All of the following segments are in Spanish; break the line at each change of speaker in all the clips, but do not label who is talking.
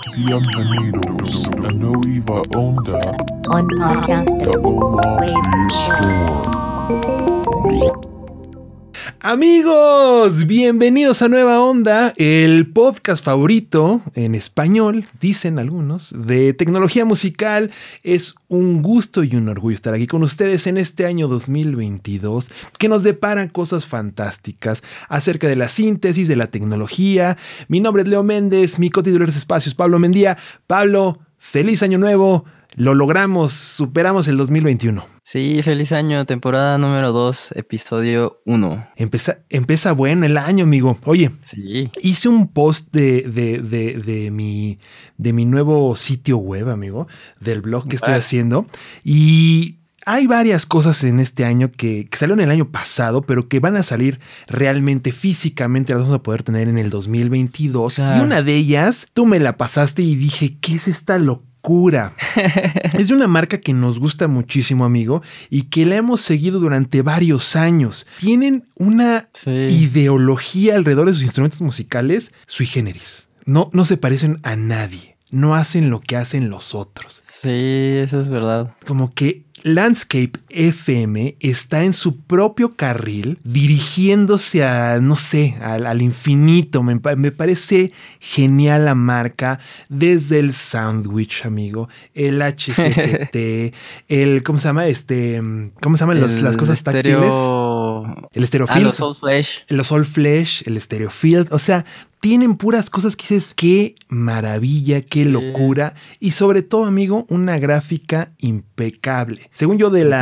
Bienvenidos a Nueva Onda,
on podcast
the Wave Store.
Amigos, bienvenidos a Nueva Onda, el podcast favorito en español, dicen algunos, de tecnología musical. Es un gusto y un orgullo estar aquí con ustedes en este año 2022, que nos deparan cosas fantásticas acerca de la síntesis de la tecnología. Mi nombre es Leo Méndez, mi cotitulero de espacios Pablo Mendía. Pablo, feliz año nuevo, lo logramos, superamos el 2021.
Sí, feliz año, temporada número 2, episodio 1.
Empieza bueno el año, amigo. Oye,
sí.
Hice un post de mi nuevo sitio web, amigo, del blog que estoy haciendo. Y hay varias cosas en este año que salieron el año pasado, pero que van a salir realmente físicamente, las vamos a poder tener en el 2022. Y una de ellas, tú me la pasaste y dije, ¿qué es esta locura? Es de una marca que nos gusta muchísimo, amigo, y que la hemos seguido durante varios años. Tienen una ideología alrededor de sus instrumentos musicales sui generis. No se parecen a nadie. No hacen lo que hacen los otros.
Sí, eso es verdad.
Como que Landscape FM está en su propio carril, dirigiéndose a, no sé, al infinito. Me parece genial la marca, desde el Soundwich, amigo, el HCTT, el, ¿cómo se llama? ¿Cómo se llaman las cosas táctiles? El Stereofield.
Los All Flash.
Los All Flash, el Stereofield. O sea, tienen puras cosas que dices, qué maravilla, qué locura. Y sobre todo, amigo, una gráfica impecable. Según yo, de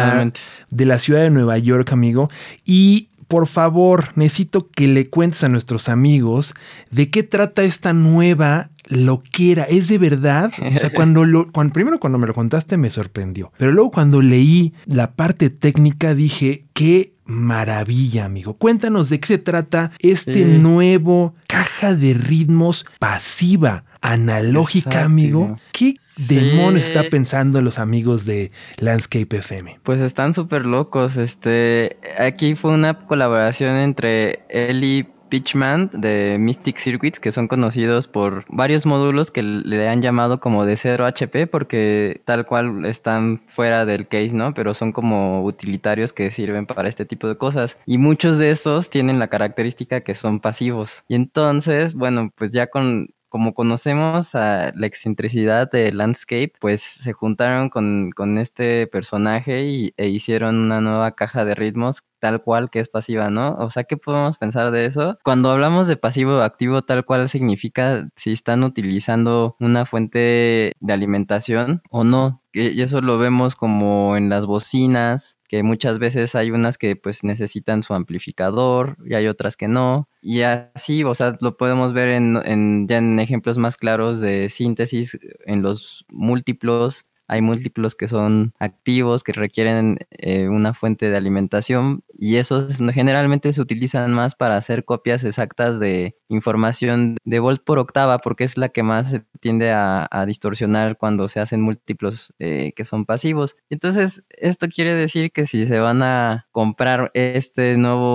la ciudad de Nueva York, amigo. Y por favor, necesito que le cuentes a nuestros amigos de qué trata esta nueva loquera. ¿Es de verdad? O sea, primero cuando me lo contaste me sorprendió. Pero luego cuando leí la parte técnica dije, qué maravilla, amigo. Cuéntanos de qué se trata este nuevo caja de ritmos pasiva, analógica. Exacto, amigo. ¿Qué demonios está pensando los amigos de Landscape FM?
Pues están súper locos. Aquí fue una colaboración entre Eli Pitchman de Mystic Circuits, que son conocidos por varios módulos que le han llamado como de 0 HP, porque tal cual están fuera del case, ¿no? Pero son como utilitarios que sirven para este tipo de cosas. Y muchos de esos tienen la característica que son pasivos. Y entonces, bueno, pues ya como conocemos a la excentricidad de Landscape, pues se juntaron con este personaje e hicieron una nueva caja de ritmos tal cual que es pasiva, ¿no? O sea, ¿qué podemos pensar de eso? Cuando hablamos de pasivo o activo, tal cual significa si están utilizando una fuente de alimentación o no. Y eso lo vemos como en las bocinas, que muchas veces hay unas que pues necesitan su amplificador y hay otras que no. Y así, o sea, lo podemos ver ya en ejemplos más claros de síntesis en los múltiplos. Hay múltiplos que son activos, que requieren una fuente de alimentación, y esos generalmente se utilizan más para hacer copias exactas de información de volt por octava, porque es la que más se tiende a distorsionar cuando se hacen múltiplos que son pasivos. Entonces, esto quiere decir que si se van a comprar esta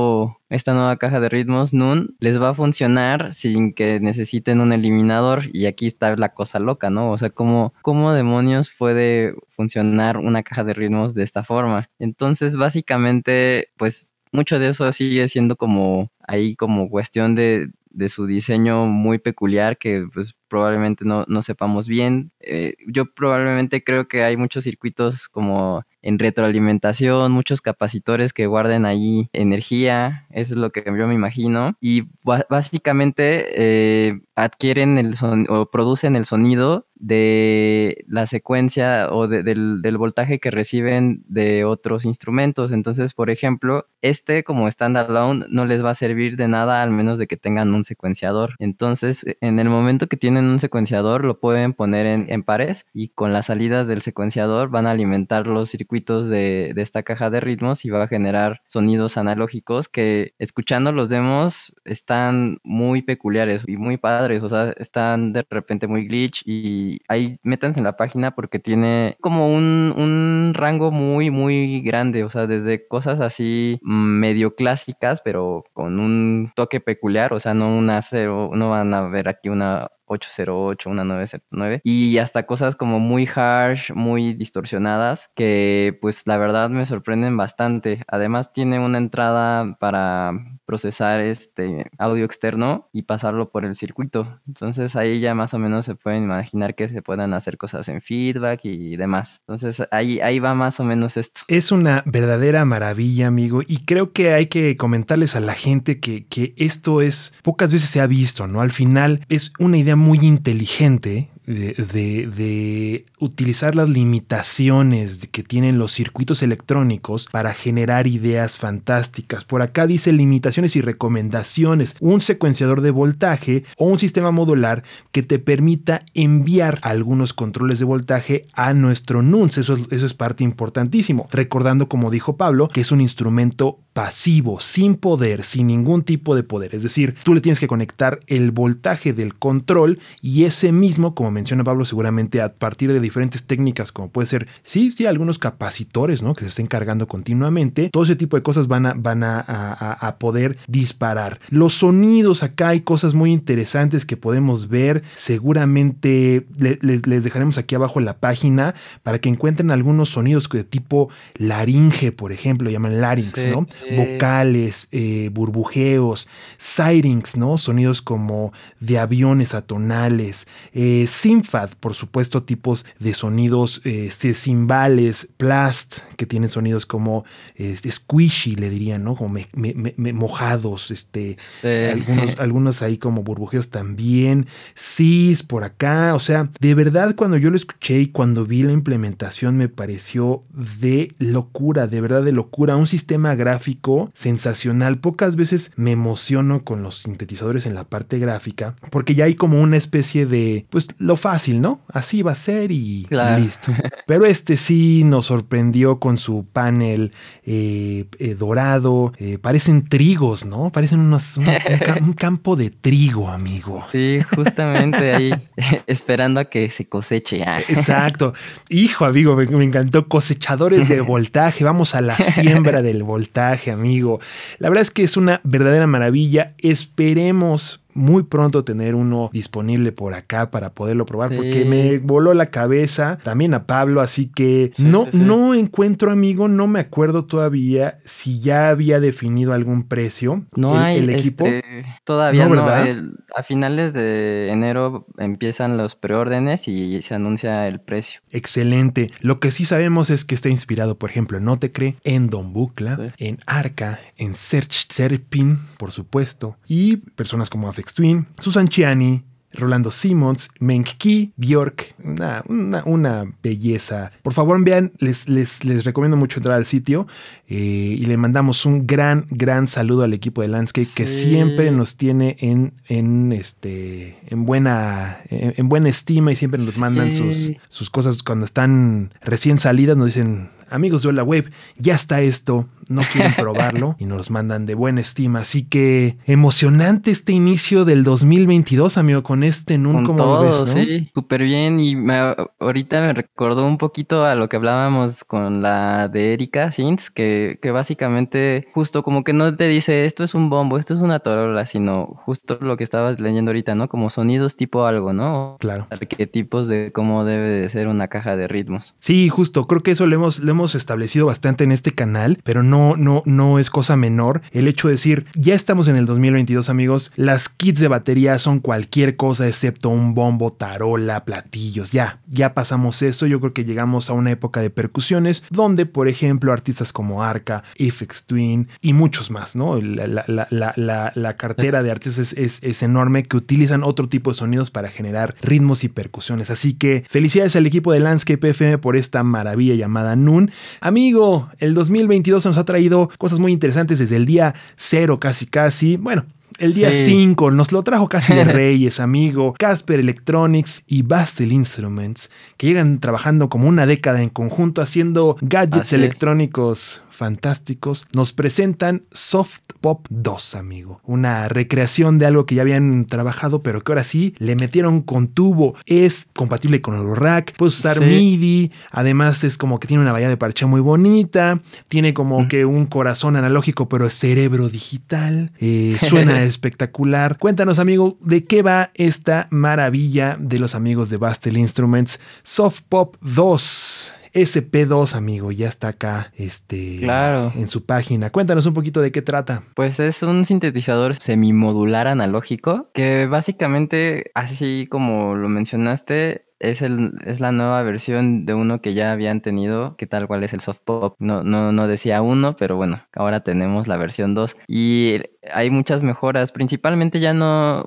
nueva caja de ritmos NUN, les va a funcionar sin que necesiten un eliminador. Y aquí está la cosa loca, ¿no? O sea, ¿cómo demonios puede funcionar una caja de ritmos de esta forma? Entonces, básicamente, pues mucho de eso sigue siendo como cuestión de su diseño muy peculiar, que pues probablemente no sepamos bien. Yo probablemente creo que hay muchos circuitos como en retroalimentación, muchos capacitores que guarden ahí energía, eso es lo que yo me imagino, y básicamente adquieren o producen el sonido de la secuencia o del voltaje que reciben de otros instrumentos. Entonces, por ejemplo, como standalone no les va a servir de nada al menos de que tengan un secuenciador. Entonces, en el momento que tienen un secuenciador, lo pueden poner en pares, y con las salidas del secuenciador van a alimentar los circuitos de esta caja de ritmos y va a generar sonidos analógicos que, escuchando los demos, están muy peculiares y muy padres. O sea, están de repente muy glitch, y ahí métanse en la página porque tiene como un rango muy, muy grande. O sea, desde cosas así medio clásicas, pero con un toque peculiar. O sea, no van a ver aquí una 808, una 909 y hasta cosas como muy harsh, muy distorsionadas que pues la verdad me sorprenden bastante. Además tiene una entrada para procesar audio externo y pasarlo por el circuito. Entonces ahí ya más o menos se pueden imaginar que se puedan hacer cosas en feedback y demás. Entonces ahí va más o menos esto.
Es una verdadera maravilla, amigo, y creo que hay que comentarles a la gente que esto es, pocas veces se ha visto, ¿no? Al final es una idea muy inteligente de utilizar las limitaciones que tienen los circuitos electrónicos para generar ideas fantásticas. Por acá dice limitaciones y recomendaciones, un secuenciador de voltaje o un sistema modular que te permita enviar algunos controles de voltaje a nuestro NUNS. Eso es parte importantísimo. Recordando, como dijo Pablo, que es un instrumento pasivo, sin poder, sin ningún tipo de poder. Es decir, tú le tienes que conectar el voltaje del control y ese mismo, como menciona Pablo, seguramente a partir de diferentes técnicas, como puede ser, sí, algunos capacitores, ¿no? Que se estén cargando continuamente. Todo ese tipo de cosas van a poder disparar. Los sonidos, acá hay cosas muy interesantes que podemos ver. Seguramente les dejaremos aquí abajo en la página para que encuentren algunos sonidos de tipo laringe, por ejemplo, llaman larynx, sí, ¿no? Vocales, burbujeos, sirings, ¿no? Sonidos como de aviones atonales, synthpad, por supuesto, tipos de sonidos, cimbales, plast, que tienen sonidos como squishy, le dirían, ¿no? Como mojados, algunos ahí como burbujeos también, sis por acá. O sea, de verdad, cuando yo lo escuché y cuando vi la implementación me pareció de locura, de verdad de locura. Un sistema gráfico sensacional. Pocas veces me emociono con los sintetizadores en la parte gráfica porque ya hay como una especie de, pues, lo fácil, ¿no? Así va a ser y claro, listo. Pero sí nos sorprendió con su panel dorado. Parecen trigos, ¿no? Parecen un campo de trigo, amigo.
Sí, justamente ahí esperando a que se coseche.
Exacto. Hijo, amigo, me encantó. Cosechadores de voltaje. Vamos a la siembra del voltaje, amigo. La verdad es que es una verdadera maravilla. Esperemos muy pronto tener uno disponible por acá para poderlo probar, sí, porque me voló la cabeza también a Pablo, así que sí. No encuentro, amigo, no me acuerdo todavía si ya había definido algún precio.
No hay
el equipo.
Todavía no. A finales de enero empiezan los preórdenes y se anuncia el precio.
Excelente. Lo que sí sabemos es que está inspirado, por ejemplo, en Notecre, en Don Buchla, sí, en Arca, en Serge Serpin, por supuesto, y personas como Afex Twin, Susan Ciani, Rolando Simmons, Menk Ki, Bjork, una belleza. Por favor, vean, les recomiendo mucho entrar al sitio y le mandamos un gran saludo al equipo de Landscape, sí, que siempre nos tiene en buena estima y siempre nos, sí, mandan sus cosas cuando están recién salidas. Nos dicen: amigos de Hola Web, ya está esto, no quieren probarlo, y nos los mandan de buena estima. Así que emocionante este inicio del 2022, amigo, con NUN, como
todo,
lo ves, ¿no?
Sí, súper bien. Y ahorita me recordó un poquito a lo que hablábamos con la de Erika Sins, que básicamente justo como que no te dice esto es un bombo, esto es una torola, sino justo lo que estabas leyendo ahorita, ¿no? Como sonidos tipo algo, ¿no?
Claro.
Arquetipos de cómo debe de ser una caja de ritmos.
Sí, justo, creo que eso lo hemos establecido bastante en este canal, pero no es cosa menor el hecho de decir, ya estamos en el 2022, amigos, las kits de batería son cualquier cosa excepto un bombo, tarola, platillos, ya pasamos eso. Yo creo que llegamos a una época de percusiones donde, por ejemplo, artistas como Arca, Afex Twin y muchos más, ¿no? La cartera de artistas es enorme, que utilizan otro tipo de sonidos para generar ritmos y percusiones. Así que felicidades al equipo de Landscape FM por esta maravilla llamada NUN. Amigo, el 2022 nos ha traído cosas muy interesantes desde el día 0 casi. Bueno, el día 5 nos lo trajo casi de reyes, amigo. Casper Electronics y Bastel Instruments, que llegan trabajando como una década en conjunto haciendo gadgets electrónicos fantásticos, nos presentan Soft Pop 2, amigo. Una recreación de algo que ya habían trabajado, pero que ahora sí le metieron con tubo. Es compatible con el rack, puedes usar MIDI, además es como que tiene una bahía de parche muy bonita, tiene como que un corazón analógico, pero es cerebro digital. Suena espectacular. Cuéntanos, amigo, ¿de qué va esta maravilla de los amigos de Bastel Instruments? Soft Pop 2. SP2, amigo, ya está acá
Claro.
en su página. Cuéntanos un poquito de qué trata.
Pues es un sintetizador semimodular analógico que básicamente, así como lo mencionaste, es la nueva versión de uno que ya habían tenido, que tal cual es el Soft Pop. No decía uno, pero bueno, ahora tenemos la versión 2 y hay muchas mejoras. Principalmente ya no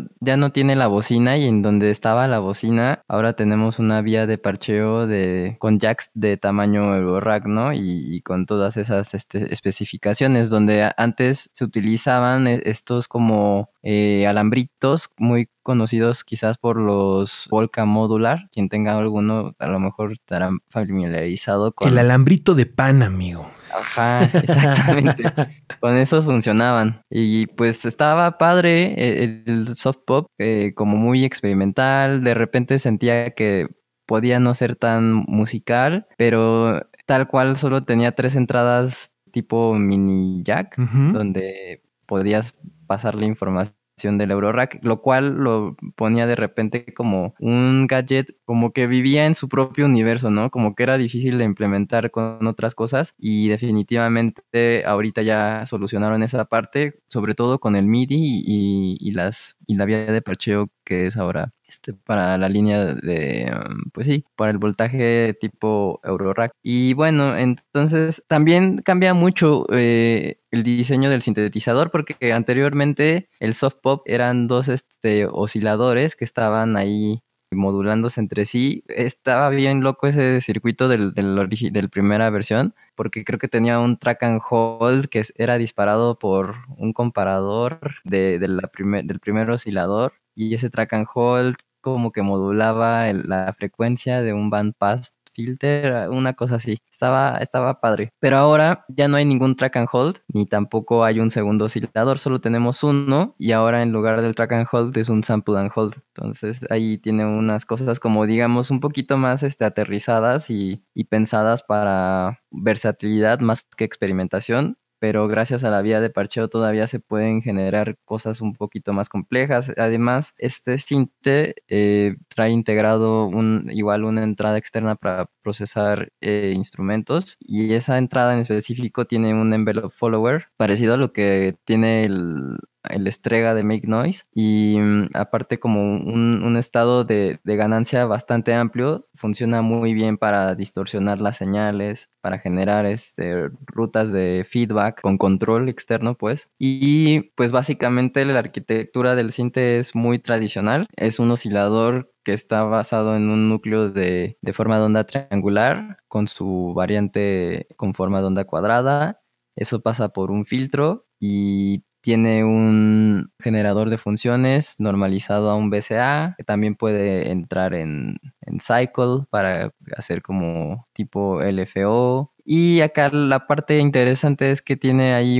tiene la bocina, y en donde estaba la bocina, ahora tenemos una vía de parcheo con jacks de tamaño Eurorack, ¿no? Y con todas esas especificaciones, donde antes se utilizaban estos como alambritos muy conocidos quizás por los Volca Modular. Quien tenga alguno a lo mejor estará familiarizado con...
El alambrito de pan, amigo.
Ajá, exactamente. Con esos funcionaban. Y pues estaba padre el soft pop, como muy experimental. De repente sentía que podía no ser tan musical, pero tal cual solo tenía 3 entradas tipo mini jack, donde podías pasarle información del Eurorack, lo cual lo ponía de repente como un gadget como que vivía en su propio universo, ¿no? Como que era difícil de implementar con otras cosas, y definitivamente ahorita ya solucionaron esa parte, sobre todo con el MIDI y la vía de parcheo que es ahora para la línea de, pues sí, para el voltaje tipo Eurorack. Y bueno, entonces también cambia mucho el diseño del sintetizador, porque anteriormente el soft pop eran 2 osciladores que estaban ahí modulándose entre sí. Estaba bien loco ese circuito del primera versión, porque creo que tenía un track and hold que era disparado por un comparador del primer oscilador, y ese track and hold como que modulaba la frecuencia de un bandpass filter, una cosa así. Estaba padre. Pero ahora ya no hay ningún track and hold, ni tampoco hay un segundo oscilador, solo tenemos uno, y ahora en lugar del track and hold es un sample and hold. Entonces ahí tiene unas cosas como, digamos, un poquito más aterrizadas y pensadas para versatilidad más que experimentación. Pero gracias a la vía de parcheo todavía se pueden generar cosas un poquito más complejas. Además, este sinte trae integrado igual una entrada externa para procesar instrumentos, y esa entrada en específico tiene un envelope follower parecido a lo que tiene el Strega de Make Noise, y aparte como un estado de ganancia bastante amplio. Funciona muy bien para distorsionar las señales, para generar rutas de feedback con control externo, pues. Y pues básicamente la arquitectura del sinte es muy tradicional. Es un oscilador que está basado en un núcleo de forma de onda triangular con su variante con forma de onda cuadrada. Eso pasa por un filtro y tiene un generador de funciones normalizado a un VCA, que también puede entrar en cycle para hacer como tipo LFO. Y acá la parte interesante es que tiene ahí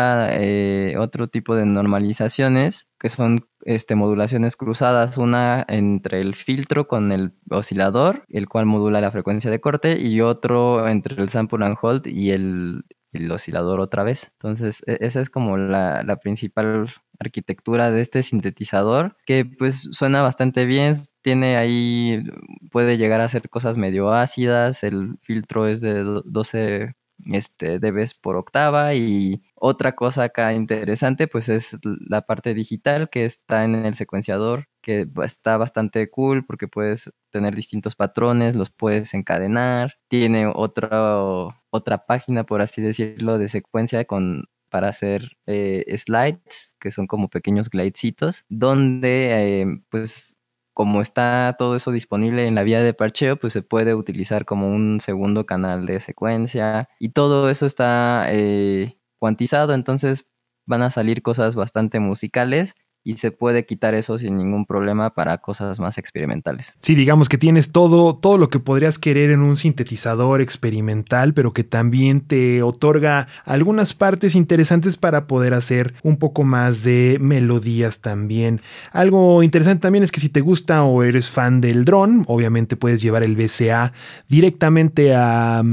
otro tipo de normalizaciones, que son modulaciones cruzadas, una entre el filtro con el oscilador, el cual modula la frecuencia de corte, y otro entre el sample and hold y el oscilador otra vez. Entonces esa es como la principal arquitectura de este sintetizador, que pues suena bastante bien. Tiene ahí, puede llegar a hacer cosas medio ácidas. El filtro es de 12 dBs por octava, y otra cosa acá interesante pues es la parte digital que está en el secuenciador, que está bastante cool porque puedes tener distintos patrones, los puedes encadenar. Tiene otra página, por así decirlo, de secuencia para hacer slides, que son como pequeños glidecitos, donde pues como está todo eso disponible en la vía de parcheo, pues se puede utilizar como un segundo canal de secuencia, y todo eso está cuantizado. Entonces van a salir cosas bastante musicales, y se puede quitar eso sin ningún problema para cosas más experimentales.
Sí, digamos que tienes todo lo que podrías querer en un sintetizador experimental, pero que también te otorga algunas partes interesantes para poder hacer un poco más de melodías también. Algo interesante también es que si te gusta o eres fan del dron, obviamente puedes llevar el VCA directamente a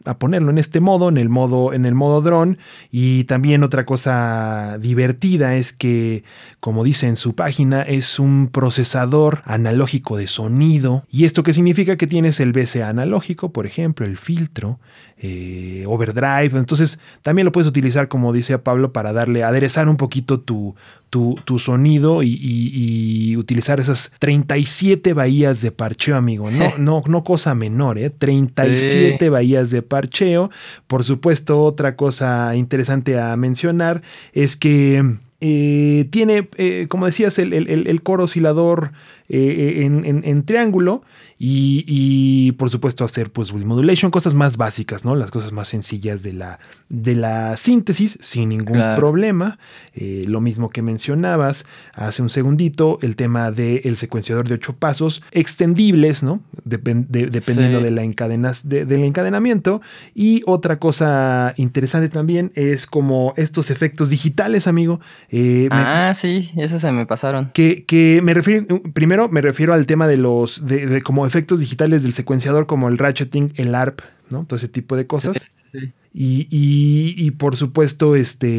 a ponerlo en este modo, en el modo drone. Y también otra cosa divertida es que, como dice en su página, es un procesador analógico de sonido. ¿Y esto qué significa? Que tienes el VCA analógico, por ejemplo, el filtro, overdrive. Entonces también lo puedes utilizar, como dice Pablo, para aderezar un poquito tu sonido y utilizar esas 37 bahías de parcheo, amigo. No cosa menor, 37 bahías de parcheo. Por supuesto, otra cosa interesante a mencionar es que tiene, como decías, el core oscilador en triángulo y por supuesto hacer pues Wheel Modulation, cosas más básicas, ¿no? Las cosas más sencillas de la síntesis sin ningún problema. Lo mismo que mencionabas hace un segundito, el tema del secuenciador de 8 pasos extendibles, ¿no? Dependiendo del encadenamiento. Y otra cosa interesante también es como estos efectos digitales, amigo.
Sí, esos se me pasaron.
Que me refiero al tema de como efectos digitales del secuenciador, como el ratcheting, el ARP, ¿no? Todo ese tipo de cosas.
Sí.
Y por supuesto,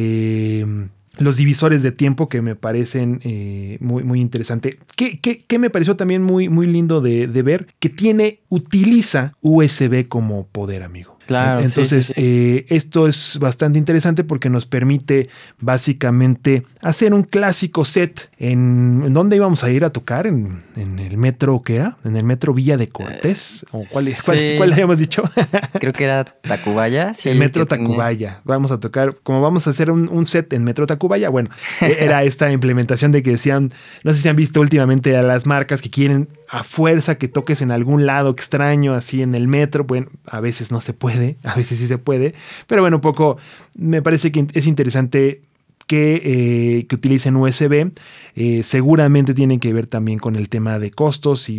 los divisores de tiempo, que me parecen muy, muy interesante. Que me pareció también muy, muy lindo de ver, que utiliza USB como poder, amigo.
Claro.
Entonces, esto es bastante interesante porque nos permite básicamente hacer un clásico set. ¿En dónde íbamos a ir a tocar? ¿En el metro qué era? ¿En el metro Villa de Cortés? ¿O cuál habíamos dicho?
Creo que era Tacubaya.
Sí, el metro Tacubaya. Vamos a tocar, como vamos a hacer un set en metro Tacubaya. Bueno, era esta implementación de que decían, no sé si han visto últimamente a las marcas que quieren a fuerza que toques en algún lado extraño, así en el metro. Bueno, a veces no se puede. A veces sí se puede, pero bueno, un poco me parece que es interesante que utilicen USB. Seguramente tienen que ver también con el tema de costos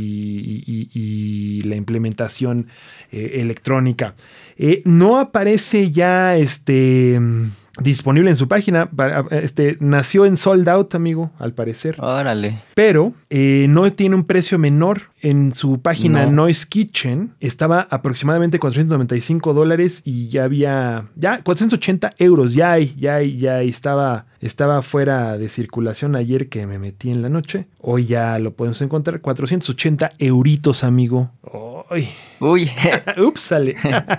y la implementación electrónica. No aparece ya disponible en su página. Nació en sold out, amigo, al parecer.
Órale.
Pero no tiene un precio menor. En su página Noise Kitchen estaba aproximadamente $495 y ya había 480 euros. Ya estaba fuera de circulación ayer que me metí en la noche. Hoy ya lo podemos encontrar. 480 euritos, amigo.
Uy.
Ups, sale.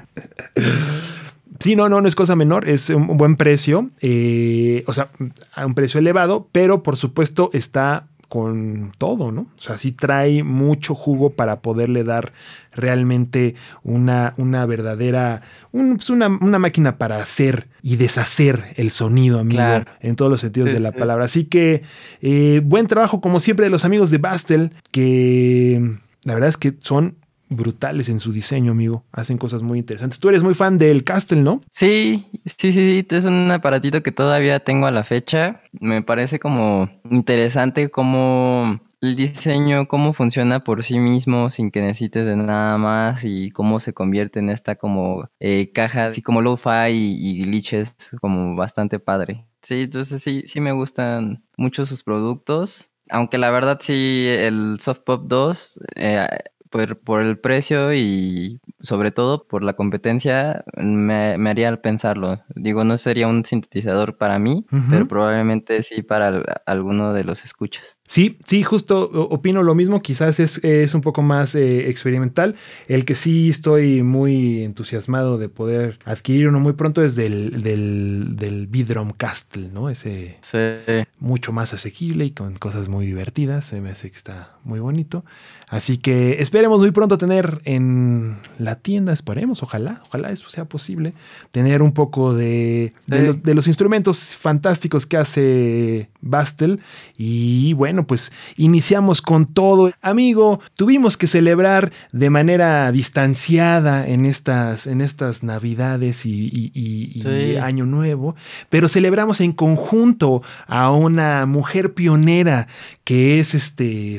Sí, no es cosa menor, es un buen precio, o sea, a un precio elevado, pero por supuesto está con todo, ¿no? O sea, sí trae mucho jugo para poderle dar realmente una verdadera, una máquina para hacer y deshacer el sonido, amigo, claro, en todos los sentidos de la palabra. Así que buen trabajo, como siempre, de los amigos de Bastel, que la verdad es que son brutales en su diseño, amigo. Hacen cosas muy interesantes. Tú eres muy fan del Castle, ¿no?
Sí. Es un aparatito que todavía tengo a la fecha. Me parece como interesante cómo el diseño, cómo funciona por sí mismo sin que necesites de nada más y cómo se convierte en esta como caja así como lo-fi y glitches como bastante padre. Sí, entonces sí me gustan mucho sus productos. Aunque la verdad sí, el Soft Pop 2... por el precio y sobre todo por la competencia me haría pensarlo. Digo, no sería un sintetizador para mí, pero probablemente sí para alguno de los escuchas.
Sí, justo opino lo mismo. Quizás es un poco más experimental. El que sí estoy muy entusiasmado de poder adquirir uno muy pronto es del Vidrom Castle, ¿no? Ese mucho más asequible y con cosas muy divertidas. Se me hace que está muy bonito. Así que esperemos muy pronto tener en la tienda, esperemos, ojalá eso sea posible, tener un poco de los instrumentos fantásticos que hace Bastel. Y bueno, pues iniciamos con todo. Amigo, tuvimos que celebrar de manera distanciada en estas Navidades y Año Nuevo, pero celebramos en conjunto a una mujer pionera que es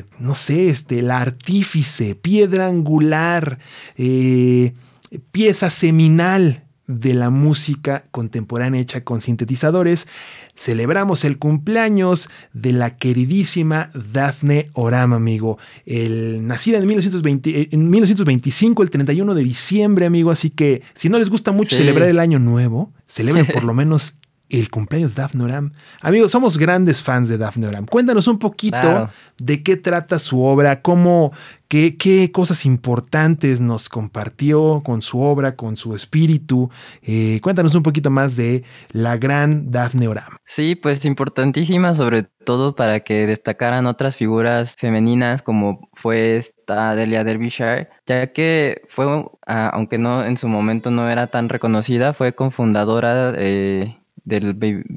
la artífice, piedra angular, pieza seminal de la música contemporánea hecha con sintetizadores. Celebramos el cumpleaños de la queridísima Daphne Oram, amigo. Nacida en 1925, el 31 de diciembre, amigo. Así que si no les gusta mucho celebrar el año nuevo, celebren por lo menos el cumpleaños de Daphne Oram. Amigos, somos grandes fans de Daphne Oram. Cuéntanos un poquito de qué trata su obra, qué cosas importantes nos compartió con su obra, con su espíritu. Cuéntanos un poquito más de la gran Daphne Oram.
Sí, pues importantísima, sobre todo para que destacaran otras figuras femeninas como fue esta Delia Derbyshire, ya que fue, aunque no en su momento no era tan reconocida, fue cofundadora del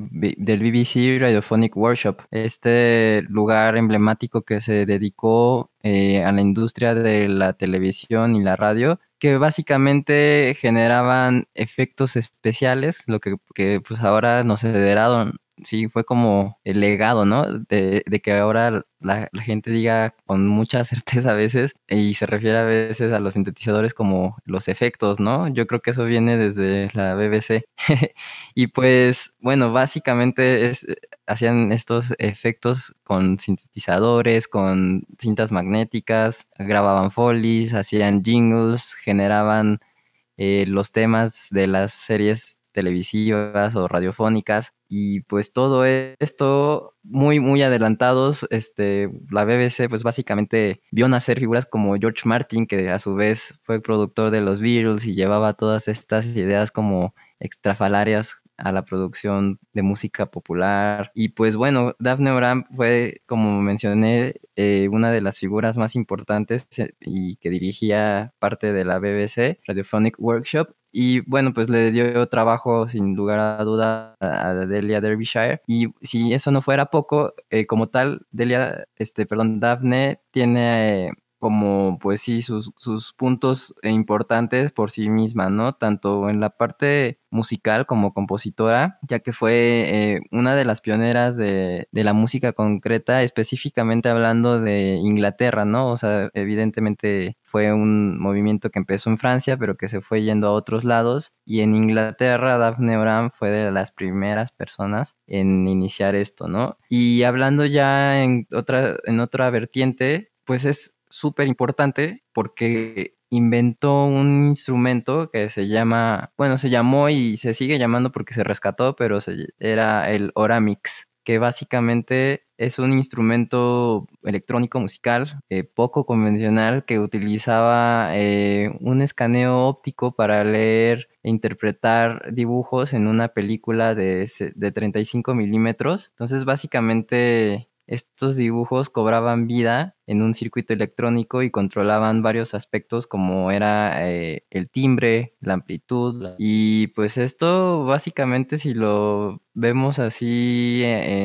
BBC Radiophonic Workshop, este lugar emblemático que se dedicó a la industria de la televisión y la radio, que básicamente generaban efectos especiales, lo que pues ahora nos heredaron. Sí, fue como el legado, ¿no? De que ahora la gente diga con mucha certeza a veces, y se refiere a veces a los sintetizadores como los efectos, ¿no? Yo creo que eso viene desde la BBC. Y pues, bueno, básicamente hacían estos efectos con sintetizadores, con cintas magnéticas, grababan folies, hacían jingles, generaban los temas de las series televisivas o radiofónicas, y pues todo esto muy muy adelantados. La BBC pues básicamente vio nacer figuras como George Martin, que a su vez fue productor de los Beatles y llevaba todas estas ideas como extrafalarias a la producción de música popular. Y pues bueno, Daphne Oram fue, como mencioné, una de las figuras más importantes y que dirigía parte de la BBC Radiophonic Workshop. Y bueno, pues le dio trabajo sin lugar a duda a Delia Derbyshire. Y si eso no fuera poco, como tal, Daphne tiene como pues sí sus puntos importantes por sí misma, ¿no? Tanto en la parte musical como compositora, ya que fue una de las pioneras de la música concreta, específicamente hablando de Inglaterra, ¿no? O sea, evidentemente fue un movimiento que empezó en Francia, pero que se fue yendo a otros lados, y en Inglaterra Daphne Oram fue de las primeras personas en iniciar esto, ¿no? Y hablando ya en otra vertiente, pues es súper importante porque inventó un instrumento que se llamó y se sigue llamando porque se rescató, pero era el Oramix, que básicamente es un instrumento electrónico musical poco convencional que utilizaba un escaneo óptico para leer e interpretar dibujos en una película de 35 milímetros. Entonces básicamente estos dibujos cobraban vida en un circuito electrónico y controlaban varios aspectos como era el timbre, la amplitud. Y pues esto básicamente, si lo vemos así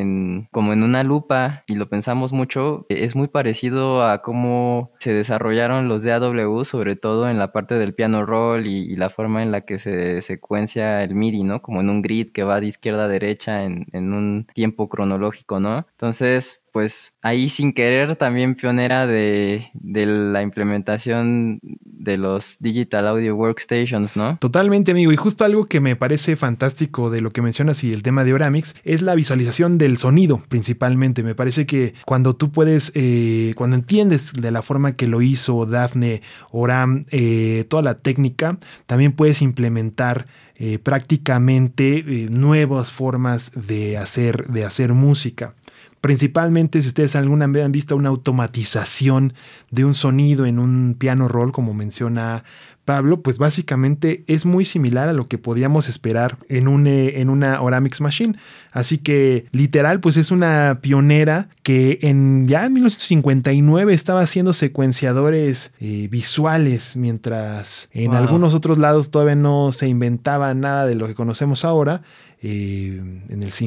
como en una lupa y lo pensamos mucho, es muy parecido a cómo se desarrollaron los DAW, sobre todo en la parte del piano roll y la forma en la que se secuencia el MIDI, ¿no? Como en un grid que va de izquierda a derecha en un tiempo cronológico, ¿no? Entonces, pues ahí sin querer también pionera de la implementación de los Digital Audio Workstations, ¿no?
Totalmente, amigo. Y justo algo que me parece fantástico de lo que mencionas y el tema de Oramix es la visualización del sonido, principalmente. Me parece que cuando tú puedes, cuando entiendes de la forma que lo hizo Daphne Oram, toda la técnica, también puedes implementar prácticamente nuevas formas de hacer música. Principalmente si ustedes alguna vez han visto una automatización de un sonido en un piano roll, como menciona Pablo, pues básicamente es muy similar a lo que podíamos esperar en una Oramix Machine. Así que literal, pues es una pionera que ya en 1959 estaba haciendo secuenciadores visuales, mientras en algunos otros lados todavía no se inventaba nada de lo que conocemos ahora. En el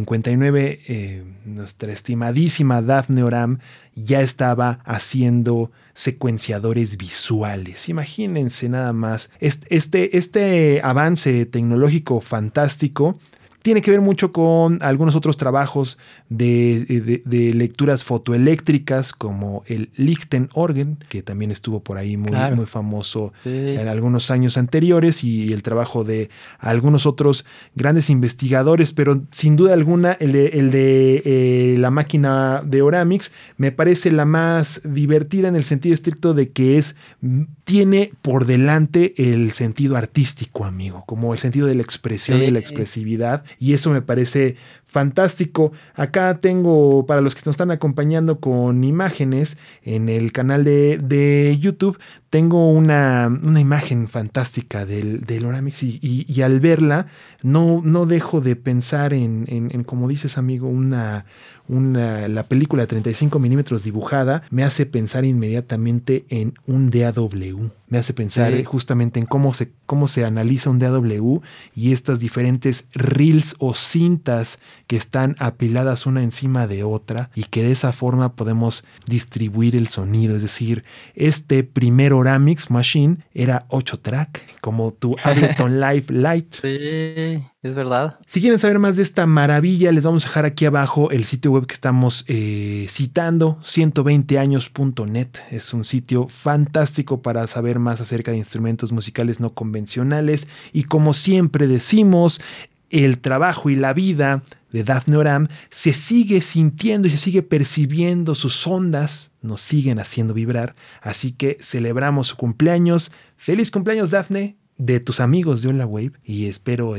59 nuestra estimadísima Daphne Oram ya estaba haciendo secuenciadores visuales. Imagínense nada más este avance tecnológico fantástico tiene que ver mucho con algunos otros trabajos de lecturas fotoeléctricas, como el Lichtenorgel, que también estuvo por ahí muy famoso en algunos años anteriores, y el trabajo de algunos otros grandes investigadores, pero sin duda alguna el de la máquina de Oramix me parece la más divertida en el sentido estricto de que tiene por delante el sentido artístico, amigo, como el sentido de la expresión, de la expresividad, y eso me parece fantástico. Acá tengo, para los que nos están acompañando con imágenes en el canal de YouTube, tengo una imagen fantástica del Oramix y al verla no dejo de pensar en como dices, amigo, la película de 35 milímetros dibujada me hace pensar inmediatamente en un DAW. Me hace pensar justamente en cómo se analiza un DAW y estas diferentes reels o cintas que están apiladas una encima de otra y que de esa forma podemos distribuir el sonido. Es decir, este primer Oramix Machine era 8-track, como tu Ableton Live Lite.
Sí, es verdad.
Si quieren saber más de esta maravilla, les vamos a dejar aquí abajo el sitio web que estamos citando, 120años.net. Es un sitio fantástico para saber más acerca de instrumentos musicales no convencionales. Y como siempre decimos, el trabajo y la vida de Dafne Oram se sigue sintiendo y se sigue percibiendo, sus ondas nos siguen haciendo vibrar. Así que celebramos su cumpleaños. ¡Feliz cumpleaños, Dafne! De tus amigos de Hola Wave, y espero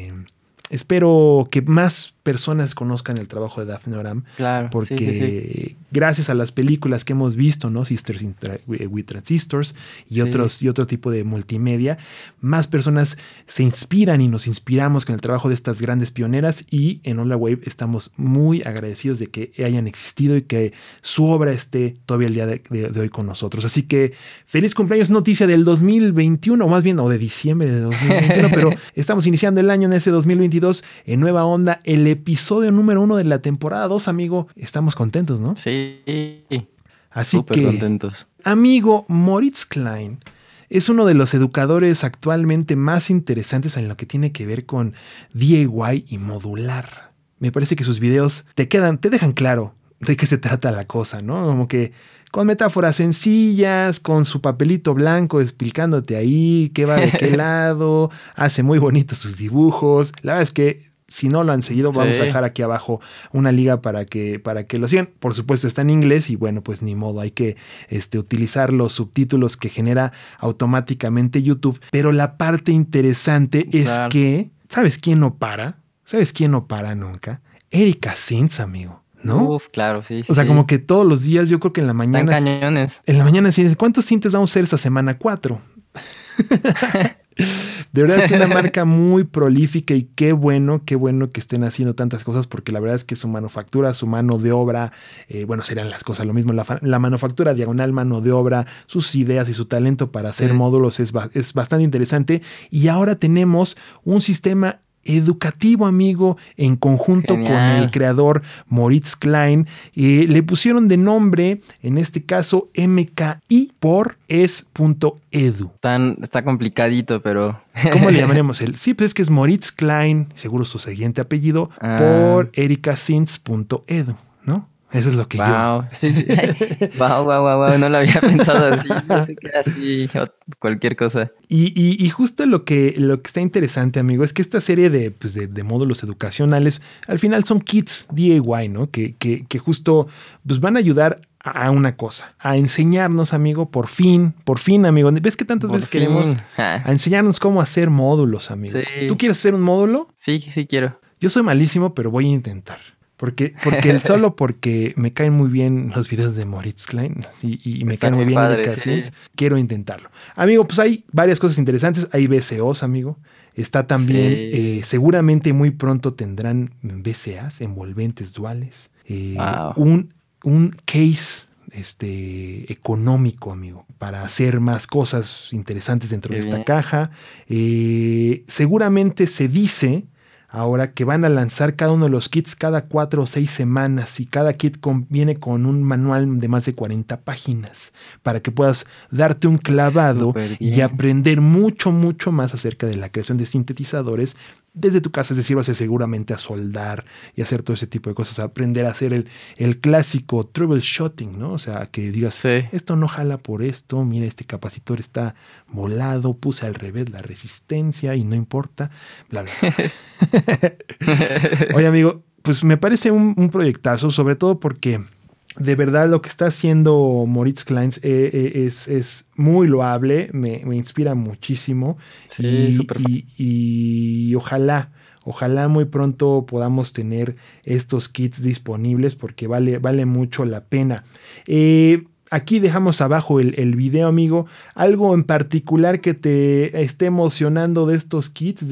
que más personas conozcan el trabajo de Dafne Oram.
Claro,
porque gracias a las películas que hemos visto, ¿no? Sisters with Transistors y otro tipo de multimedia, más personas se inspiran y nos inspiramos con el trabajo de estas grandes pioneras, y en Hola Wave estamos muy agradecidos de que hayan existido y que su obra esté todavía el día de hoy con nosotros. Así que feliz cumpleaños, noticia del 2021, o más bien, o de diciembre de 2021, pero estamos iniciando el año en ese 2022 en Nueva Onda, el episodio número 1 de la temporada 2, amigo. Estamos contentos, ¿no?
Sí.
Así
súper
que,
contentos.
Amigo, Moritz Klein es uno de los educadores actualmente más interesantes en lo que tiene que ver con DIY y modular. Me parece que sus videos te dejan claro de qué se trata la cosa, ¿no? Como que con metáforas sencillas, con su papelito blanco explicándote ahí qué va de qué lado, hace muy bonitos sus dibujos. La verdad es que si no lo han seguido, vamos a dejar aquí abajo una liga para que lo sigan. Por supuesto está en inglés y bueno, pues ni modo, hay que utilizar los subtítulos que genera automáticamente YouTube. Pero la parte interesante es que, ¿sabes quién no para? ¿Sabes quién no para nunca? Erika Sintz, amigo. ¿No?
Uf, claro, sí.
O sea, como que todos los días, yo creo que en la mañana.
Están cañones.
En la mañana sí. ¿Cuántos tintes vamos a hacer esta semana? 4. De verdad es una marca muy prolífica y qué bueno que estén haciendo tantas cosas, porque la verdad es que su manufactura, su mano de obra, serían las cosas lo mismo, la manufactura diagonal mano de obra, sus ideas y su talento para hacer módulos es bastante interesante. Y ahora tenemos un sistema educativo, amigo, en conjunto con el creador Moritz Klein. Le pusieron de nombre, en este caso, MKI por es.edu.
Está complicadito, pero...
¿Cómo le llamaremos él? Sí, pues es que es Moritz Klein, seguro su siguiente apellido, por erikasintz.edu, ¿no? Eso es lo que
yo... Sí. Wow, no lo había pensado así. No sé qué, así, cualquier cosa.
Y justo lo que está interesante, amigo, es que esta serie de módulos educacionales, al final son kits DIY, ¿no? Que justo pues van a ayudar a una cosa, a enseñarnos, amigo, por fin, amigo. ¿Ves que tantas veces queremos a enseñarnos cómo hacer módulos, amigo? Sí. ¿Tú quieres hacer un módulo?
Sí quiero.
Yo soy malísimo, pero voy a intentar. Porque me caen muy bien los videos de Moritz Klein y me caen muy bien Erika Sintz. Quiero intentarlo. Amigo, pues hay varias cosas interesantes. Hay VCOs, amigo. Está también, seguramente muy pronto tendrán VCAs, envolventes duales. Un case económico, amigo, para hacer más cosas interesantes dentro de esta caja. Seguramente se dice ahora que van a lanzar cada uno de los kits cada 4 o 6 semanas, y cada kit viene con un manual de más de 40 páginas para que puedas darte un clavado y aprender mucho más acerca de la creación de sintetizadores desde tu casa, es decir, vas a seguramente a soldar y hacer todo ese tipo de cosas, a aprender a hacer el clásico troubleshooting, ¿no? O sea, que digas,
Sí.
esto no jala por esto, mira, este capacitor está volado, puse al revés la resistencia y no importa, bla, bla, bla. Oye, amigo, pues me parece un proyectazo, sobre todo porque de verdad lo que está haciendo Moritz Kleins es muy loable, me inspira muchísimo.
Sí, súper fan.
Y ojalá muy pronto podamos tener estos kits disponibles porque vale mucho la pena. Aquí dejamos abajo el video, amigo. Algo en particular que te esté emocionando de estos kits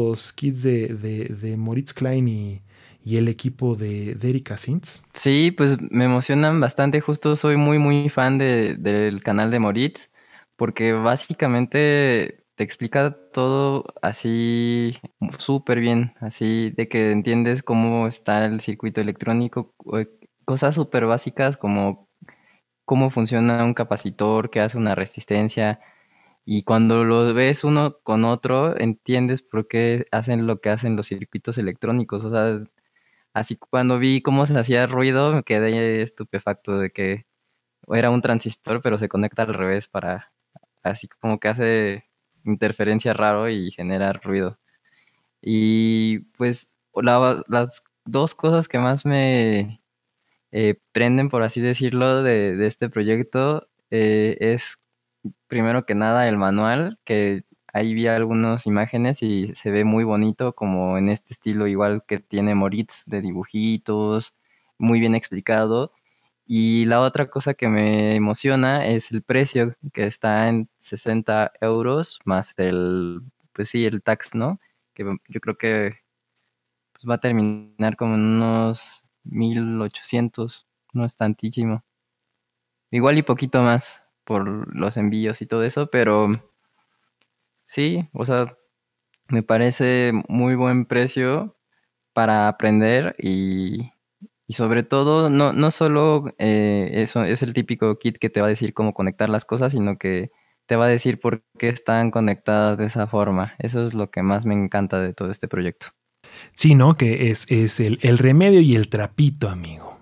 de Moritz Klein y el equipo de Erika Sintz.
Sí, pues me emocionan bastante. Justo soy muy fan del canal de Moritz, porque básicamente te explica todo así súper bien, así de que entiendes cómo está el circuito electrónico, cosas súper básicas como cómo funciona un capacitor, qué hace una resistencia. Y cuando lo ves uno con otro, entiendes por qué hacen lo que hacen los circuitos electrónicos. O sea, así cuando vi cómo se hacía ruido, me quedé estupefacto de que era un transistor, pero se conecta al revés para, así como que hace interferencia raro y genera ruido. Y pues las dos cosas que más me prenden, por así decirlo, de este proyecto es primero que nada el manual, que ahí vi algunas imágenes y se ve muy bonito, como en este estilo igual que tiene Moritz de dibujitos, muy bien explicado. Y la otra cosa que me emociona es el precio, que está en 60 euros más pues sí, el tax, ¿no? Que yo creo que pues, va a terminar como en unos 1800, no es tantísimo. Igual y poquito más por los envíos y todo eso, pero sí, o sea, me parece muy buen precio para aprender y sobre todo no solo eso es el típico kit que te va a decir cómo conectar las cosas, sino que te va a decir por qué están conectadas de esa forma. Eso es lo que más me encanta de todo este proyecto.
Sí, ¿no? Que es el remedio y el trapito, amigo.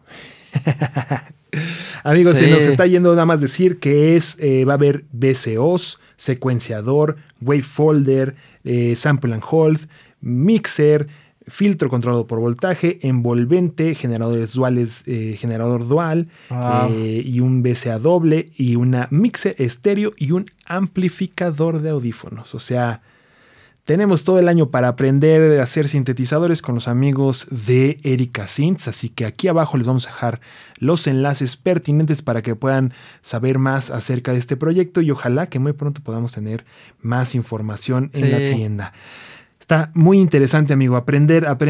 Amigos, se nos
Sí,
está yendo nada más decir que va a haber VCOs, secuenciador, wavefolder, sample and hold, mixer, filtro controlado por voltaje, envolvente, generadores duales, generador dual,
wow.
y un VCA doble, y una mixer estéreo y un amplificador de audífonos. O sea, tenemos todo el año para aprender a hacer sintetizadores con los amigos de Erika Synths, así que aquí abajo les vamos a dejar los enlaces pertinentes para que puedan saber más acerca de este proyecto y ojalá que muy pronto podamos tener más información en la
Sí,
tienda. Está muy interesante, amigo, aprender a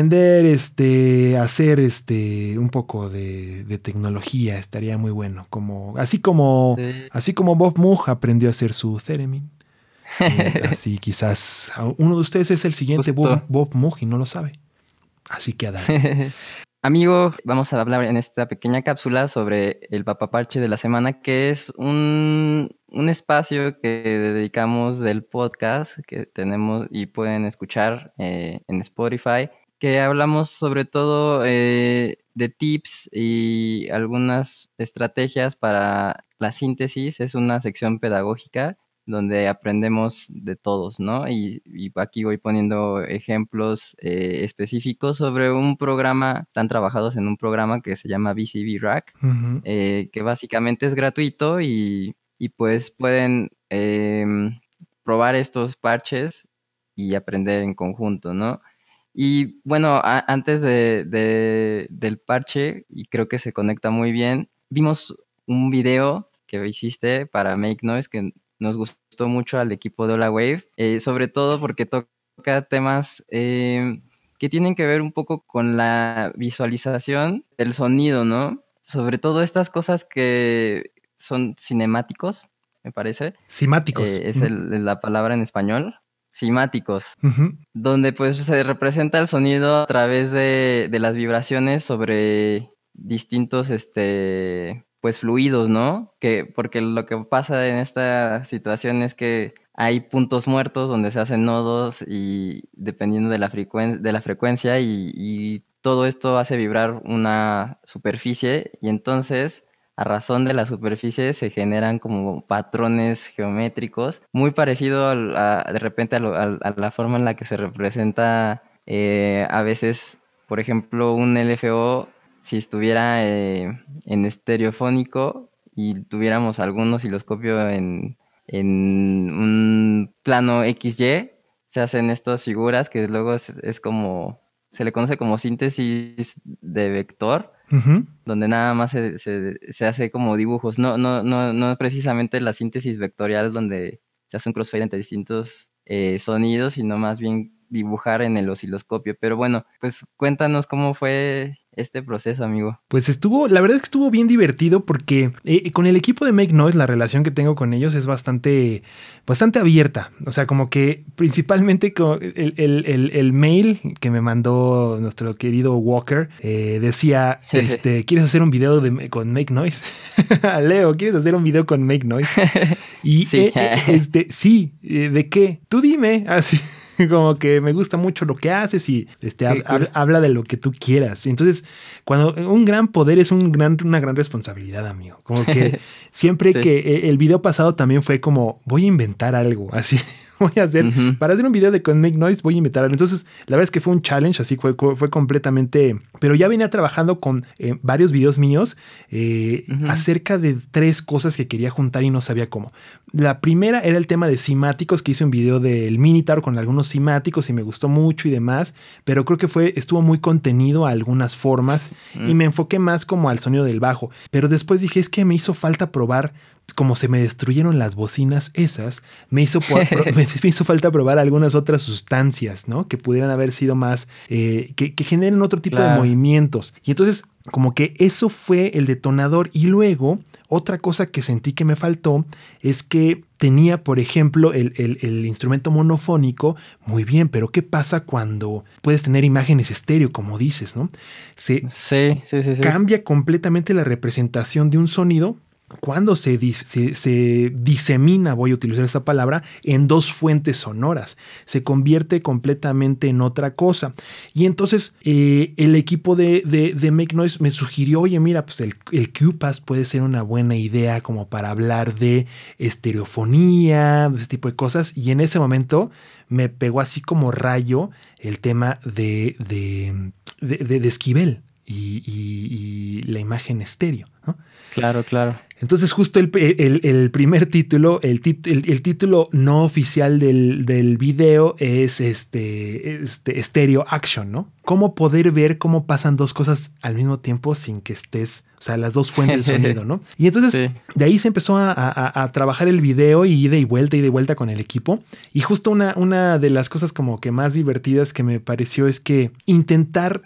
hacer un poco de tecnología, estaría muy bueno,
sí.
así como Bob Moog aprendió a hacer su Theremin. Así quizás uno de ustedes es el siguiente
Justo.
Bob Moog y no lo sabe. Así que a darle.
Amigo, vamos a hablar en esta pequeña cápsula sobre el papaparche de la semana, que es un espacio que dedicamos del podcast que tenemos y pueden escuchar en Spotify, que hablamos sobre todo de tips y algunas estrategias para la síntesis. Es una sección pedagógica donde aprendemos de todos, ¿no? Y aquí voy poniendo ejemplos específicos sobre un programa, están trabajados en un programa que se llama BCB Rack,
Ujú.
que básicamente es gratuito y pues pueden probar estos parches y aprender en conjunto, ¿no? Y bueno, antes del parche, y creo que se conecta muy bien, vimos un video que hiciste para Make Noise que nos gustó mucho al equipo de Hola Wave, sobre todo porque toca temas que tienen que ver un poco con la visualización del sonido, ¿no? Sobre todo estas cosas que son cinemáticos, me parece,
Cimáticos.
es la palabra en español, cimáticos,
Ujú.
donde pues se representa el sonido a través de las vibraciones sobre distintos pues fluidos, ¿no? Porque lo que pasa en esta situación es que hay puntos muertos donde se hacen nodos y dependiendo de la frecuencia y todo esto hace vibrar una superficie y entonces a razón de la superficie se generan como patrones geométricos muy parecido de repente a la forma en la que se representa a veces, por ejemplo, un LFO si estuviera en estereofónico y tuviéramos algún osciloscopio en un plano XY, se hacen estas figuras que luego es como, se le conoce como síntesis de vector,
Ujú.
donde nada más se hace como dibujos, no precisamente la síntesis vectorial donde se hace un crossfade entre distintos sonidos, sino más bien dibujar en el osciloscopio. Pero bueno, pues cuéntanos cómo fue este proceso, amigo.
Pues la verdad es que estuvo bien divertido porque con el equipo de Make Noise la relación que tengo con ellos es bastante abierta. O sea, como que principalmente con el mail que me mandó nuestro querido Walker decía, ¿quieres hacer un video con Make Noise? Leo, ¿quieres hacer un video con Make Noise? Y
sí,
sí, ¿de qué? Tú dime, así. Como que me gusta mucho lo que haces y habla de lo que tú quieras. Entonces, cuando un gran poder es una gran responsabilidad, amigo. Como que siempre
sí.
que el video pasado también fue como, voy a inventar algo, así. Voy a hacer, para hacer un video de con Make Noise, voy a inventar algo. Entonces, la verdad es que fue un challenge, así fue completamente, pero ya venía trabajando con varios videos míos acerca de 3 cosas que quería juntar y no sabía cómo. La primera era el tema de cimáticos, que hice un video del Minotaur con algunos cimáticos y me gustó mucho y demás, pero creo que estuvo muy contenido a algunas formas y me enfoqué más como al sonido del bajo. Pero después dije, es que me hizo falta probar, como se me destruyeron las bocinas esas, me hizo falta probar algunas otras sustancias, ¿no? Que pudieran haber sido más, que generen otro tipo de movimientos. Y entonces, como que eso fue el detonador. Y luego, otra cosa que sentí que me faltó es que tenía, por ejemplo, el instrumento monofónico, muy bien, pero ¿qué pasa cuando puedes tener imágenes estéreo, como dices, ¿no?
Sí.
Cambia completamente la representación de un sonido cuando se disemina, voy a utilizar esa palabra, en 2 fuentes sonoras. Se convierte completamente en otra cosa. Y entonces el equipo de Make Noise me sugirió, oye, mira, pues el QPass puede ser una buena idea como para hablar de estereofonía, de ese tipo de cosas. Y en ese momento me pegó así como rayo el tema de Esquivel y la imagen estéreo, ¿no?
Claro.
Entonces justo el primer título, el título no oficial del video es Stereo Action, ¿no? Cómo poder ver cómo pasan 2 cosas al mismo tiempo sin que estés, o sea, las 2 fuentes de sonido, ¿no? Y entonces de ahí se empezó a trabajar el video y ida y vuelta con el equipo. Y justo una de las cosas como que más divertidas que me pareció es que intentar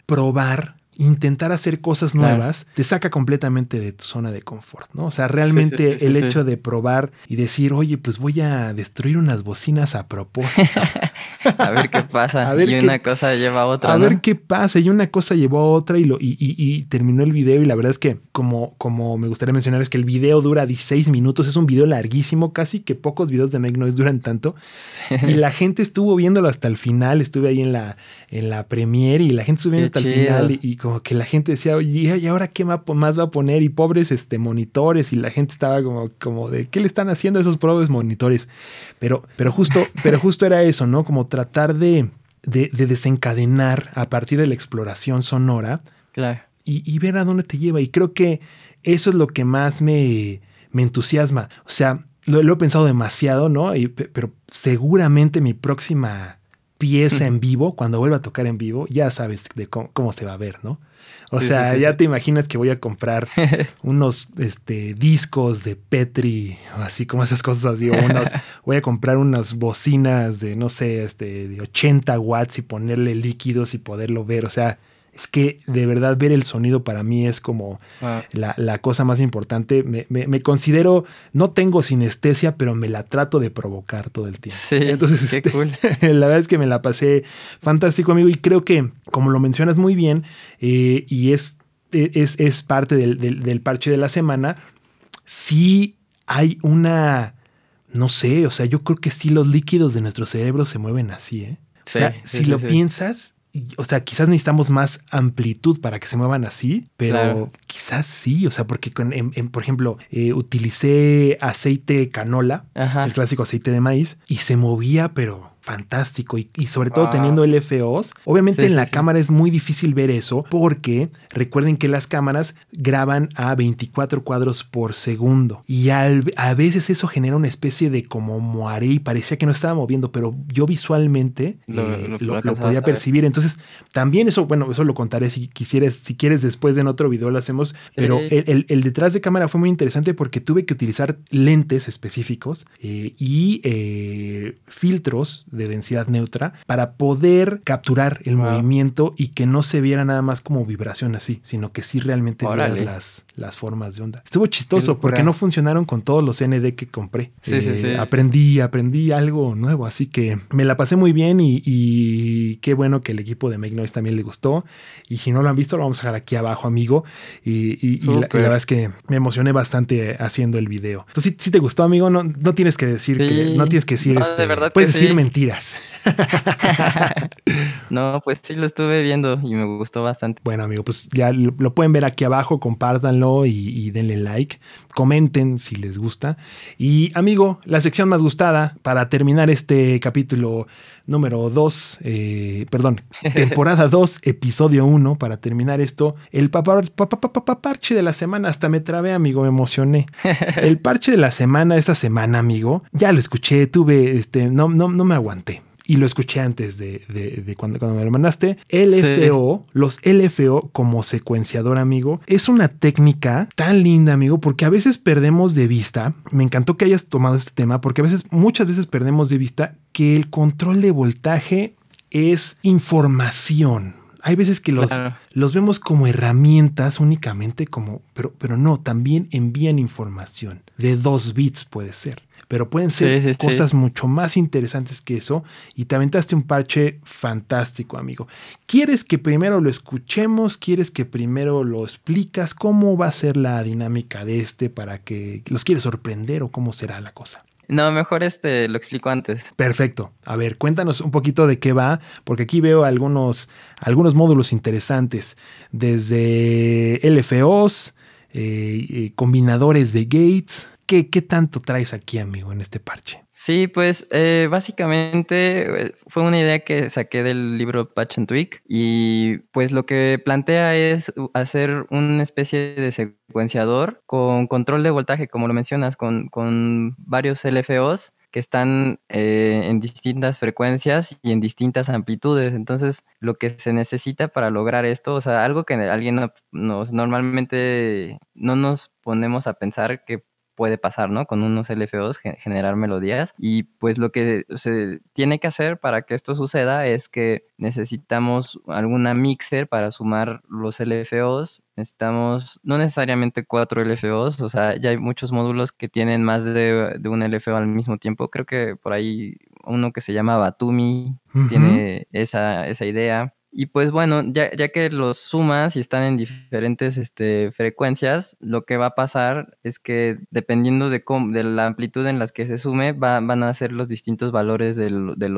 hacer cosas nuevas te saca completamente de tu zona de confort, ¿no? O sea, realmente el hecho de probar y decir, oye, pues voy a destruir unas bocinas a propósito.
A ver qué pasa. Una cosa lleva a otra,
A
¿no?
ver qué pasa. Y una cosa llevó a otra y terminó el video. Y la verdad es que, como me gustaría mencionar, es que el video dura 16 minutos. Es un video larguísimo. Casi que pocos videos de Make Noise duran tanto. Sí. Y la gente estuvo viéndolo hasta el final. Estuve ahí en la premiere y la gente estuvo viendo hasta el final. Y como que la gente decía, oye, ¿y ahora qué más va a poner? Y pobres monitores. Y la gente estaba como de, ¿qué le están haciendo a esos pobres monitores? Pero justo era eso, ¿no? Como tratar de desencadenar a partir de la exploración sonora.
Claro.
Y ver a dónde te lleva. Y creo que eso es lo que más me entusiasma. O sea, lo he pensado demasiado, ¿no? Pero seguramente mi próxima pieza en vivo, cuando vuelva a tocar en vivo, ya sabes de cómo se va a ver, ¿no? O sea, ya te imaginas que voy a comprar unos discos de Petri, así como esas cosas así, voy a comprar unas bocinas de, no sé, de 80 watts y ponerle líquidos y poderlo ver. O sea, es que de verdad ver el sonido para mí es como la cosa más importante. Me considero, no tengo sinestesia, pero me la trato de provocar todo el tiempo.
Sí,
entonces,
qué cool.
La verdad es que me la pasé fantástico, amigo, y creo que, como lo mencionas muy bien, y es es parte del parche de la semana. Sí hay una, no sé, o sea, yo creo que sí los líquidos de nuestro cerebro se mueven así, ¿eh? O sea,
Sí,
si
sí,
lo
sí.
piensas, o sea, quizás necesitamos más amplitud para que se muevan así, pero
Claro.
quizás sí, o sea, porque por ejemplo, utilicé aceite canola,
Ajá.
el clásico aceite de maíz, y se movía, pero fantástico. Y sobre todo
Wow.
teniendo LFOs, obviamente
Sí,
en
sí,
la
sí.
cámara es muy difícil ver eso, porque recuerden que las cámaras graban a 24 cuadros por segundo. Y a veces eso genera una especie de como moaré y parecía que no estaba moviendo, pero yo visualmente
Lo
lo
alcanzabas
podía
a ver.
percibir. Entonces, también eso, bueno, eso lo contaré si quieres después en otro video lo hacemos, pero
Sí.
el detrás de cámara fue muy interesante porque tuve que utilizar lentes específicos y filtros de densidad neutra para poder capturar el
Wow.
movimiento y que no se viera nada más como vibración así, sino que sí realmente
Órale.
vieras las formas de onda. Estuvo
Qué
chistoso
locura.
porque no funcionaron con todos los ND que compré.
Sí, sí, sí.
Aprendí algo nuevo, así que me la pasé muy bien y qué bueno que el equipo de Make Noise también le gustó. Y si no lo han visto, lo vamos a dejar aquí abajo, amigo. Y la verdad es que me emocioné bastante haciendo el video. Entonces, si te gustó, amigo, no tienes que decir
Sí.
que no tienes que decir
No, de verdad
puedes
que
decir
sí.
mentiras.
No, pues sí lo estuve viendo y me gustó bastante.
Bueno, amigo, pues ya lo pueden ver aquí abajo, compártanlo y denle like, comenten si les gusta. Y amigo, la sección más gustada para terminar este capítulo número 2, temporada 2, episodio 1, para terminar esto, el parche de la semana. Hasta me trabé, amigo, me emocioné. El parche de la semana, esta semana, amigo, ya lo escuché, no me aguanté. Y lo escuché antes de cuando me lo mandaste. LFO, sí. Los LFO como secuenciador, amigo, es una técnica tan linda, amigo, porque a veces perdemos de vista. Me encantó que hayas tomado este tema, porque muchas veces perdemos de vista que el control de voltaje es información. Hay veces que los vemos como herramientas únicamente, pero no, también envían información. De 2 bits puede ser. Pero pueden ser cosas mucho más interesantes que eso. Y te aventaste un parche fantástico, amigo. ¿Quieres que primero lo escuchemos? ¿Quieres que primero lo explicas? ¿Cómo va a ser la dinámica de para que los quieres sorprender o cómo será la cosa?
No, mejor lo explico antes.
Perfecto. A ver, cuéntanos un poquito de qué va, porque aquí veo algunos módulos interesantes, desde LFOs, combinadores de gates. ¿Qué tanto traes aquí, amigo, en este parche?
Sí, pues básicamente fue una idea que saqué del libro Patch and Tweak y pues lo que plantea es hacer una especie de secuenciador con control de voltaje, como lo mencionas, con varios LFOs que están en distintas frecuencias y en distintas amplitudes. Entonces, lo que se necesita para lograr esto, o sea, algo que alguien normalmente no nos ponemos a pensar que puede pasar, ¿no? Con unos LFOs generar melodías y pues lo que se tiene que hacer para que esto suceda es que necesitamos alguna mixer para sumar los LFOs. Necesitamos no necesariamente 4 LFOs, o sea, ya hay muchos módulos que tienen más de un LFO al mismo tiempo. Creo que por ahí uno que se llama Batumi tiene esa idea. Y pues bueno, ya que los sumas y están en diferentes frecuencias, lo que va a pasar es que dependiendo de la amplitud en las que se sume, van a ser los distintos valores de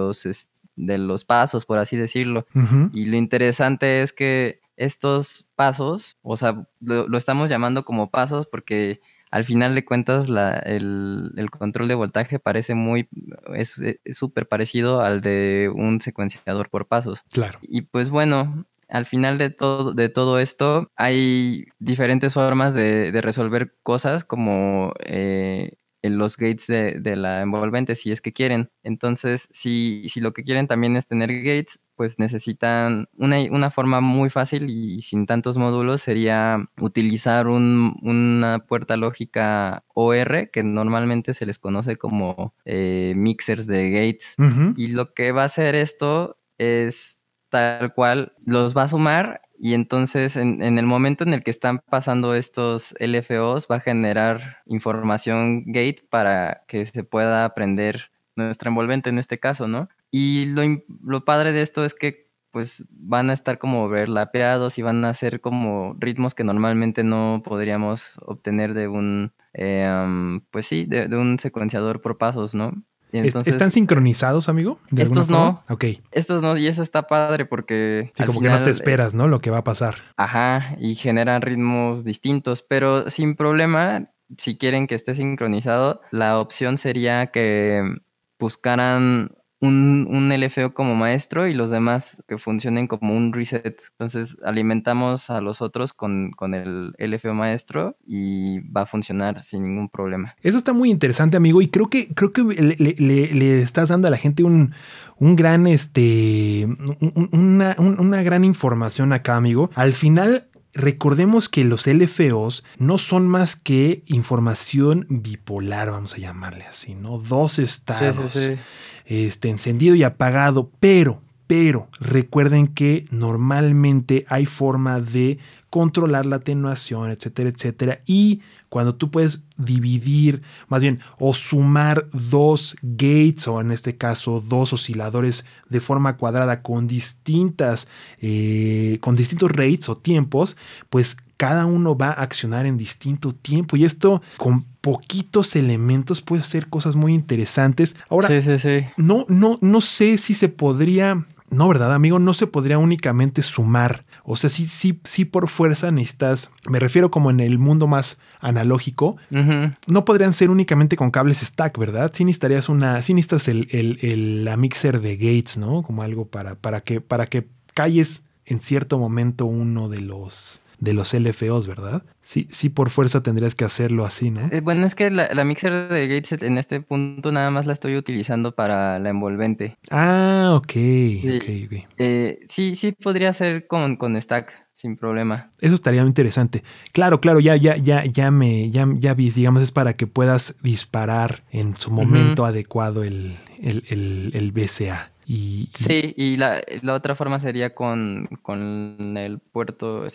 los pasos, por así decirlo. Y lo interesante es que estos pasos, o sea, lo estamos llamando como pasos porque al final de cuentas el control de voltaje es súper parecido al de un secuenciador por pasos.
Claro.
Y pues bueno, al final de todo esto hay diferentes formas de resolver cosas como en los gates de la envolvente, si es que quieren. Entonces, si lo que quieren también es tener gates, pues necesitan una forma muy fácil y sin tantos módulos sería utilizar una puerta lógica OR, que normalmente se les conoce como mixers de gates. Y lo que va a hacer esto es tal cual, los va a sumar y entonces en el momento en el que están pasando estos LFOs va a generar información gate para que se pueda prender nuestra envolvente en este caso, ¿no? Y lo padre de esto es que pues van a estar como overlapeados y van a ser como ritmos que normalmente no podríamos obtener de un, pues sí, de un secuenciador por pasos, ¿no? Y entonces,
¿Están sincronizados, amigo? ¿De
estos
alguna
no.
forma? Ok.
Estos no, y eso está padre porque
Sí,
al
como
final,
que no te esperas, ¿no? Lo que va a pasar.
ajá, y generan ritmos distintos, pero sin problema, si quieren que esté sincronizado, la opción sería que buscaran un LFO como maestro y los demás que funcionen como un reset. Entonces alimentamos a los otros con el LFO maestro y va a funcionar sin ningún problema.
Eso está muy interesante, amigo, y creo que le estás dando a la gente un gran, una gran información acá, amigo. Al final, recordemos que los LFOs no son más que información bipolar, vamos a llamarle así, ¿no? Dos estados,
Sí.
encendido y apagado, pero recuerden que normalmente hay forma de controlar la atenuación, etcétera, etcétera. Y cuando tú puedes dividir, más bien, o sumar dos gates, o en este caso, dos osciladores de forma cuadrada con distintos rates o tiempos, pues cada uno va a accionar en distinto tiempo. Y esto, con poquitos elementos, puede hacer cosas muy interesantes. Ahora,
Sí.
no sé si se podría... No, ¿verdad, amigo? No se podría únicamente sumar. O sea, sí por fuerza necesitas... Me refiero como en el mundo más analógico.
Uh-huh.
No podrían ser únicamente con cables stack, ¿verdad? Sí necesitarías sí necesitas la mixer de gates, ¿no? Como algo para que calles en cierto momento uno de los LFOs, ¿verdad? Sí, por fuerza tendrías que hacerlo así, ¿no?
Bueno, es que la mixer de Gates en este punto nada más la estoy utilizando para la envolvente.
Ah, ok.
Sí. Sí podría ser con stack, sin problema.
Eso estaría interesante. Claro, ya vi, digamos, es para que puedas disparar en su momento adecuado el BCA.
Sí, y la otra forma sería con el puerto,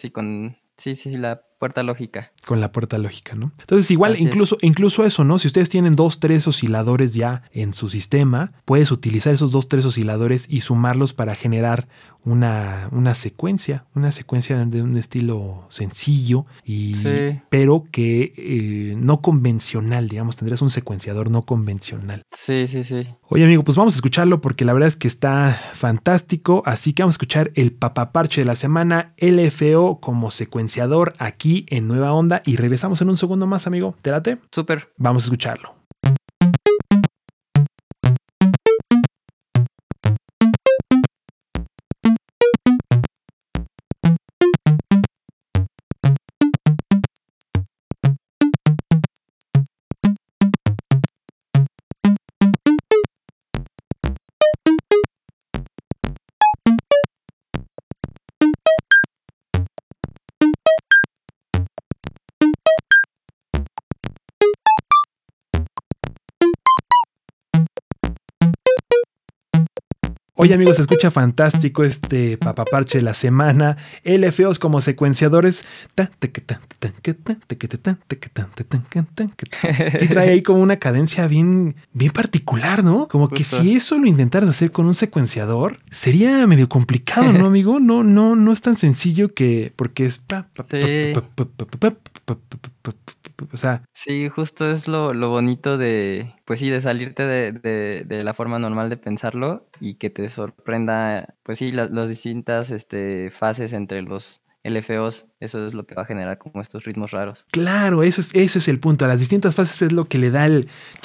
la puerta lógica.
Con la puerta lógica, ¿no? Entonces, igual,
Así es.
incluso eso, ¿no? Si ustedes tienen 2-3 osciladores ya en su sistema, puedes utilizar esos 2-3 osciladores y sumarlos para generar una secuencia de un estilo sencillo, pero que no convencional, digamos, tendrías un secuenciador no convencional.
Sí.
Oye, amigo, pues vamos a escucharlo porque la verdad es que está fantástico, así que vamos a escuchar el papaparche de la semana, LFO como secuenciador aquí en Nueva Onda, y regresamos en un segundo más, amigo. ¿Te late?
Súper.
Vamos a escucharlo. Oye, amigos, se escucha fantástico este papaparche de la semana. LFOs como secuenciadores. Sí trae ahí como una cadencia bien particular, ¿no? Como que si eso lo intentaras hacer con un secuenciador, sería medio complicado, ¿no, amigo? No es tan sencillo porque es... O sea...
Sí, justo es lo bonito de, pues sí, de salirte de la forma normal de pensarlo y que te sorprenda, pues sí, las distintas fases entre los LFOs. Eso es lo que va a generar como estos ritmos raros.
Claro, eso es el punto. Las distintas fases es lo que le da el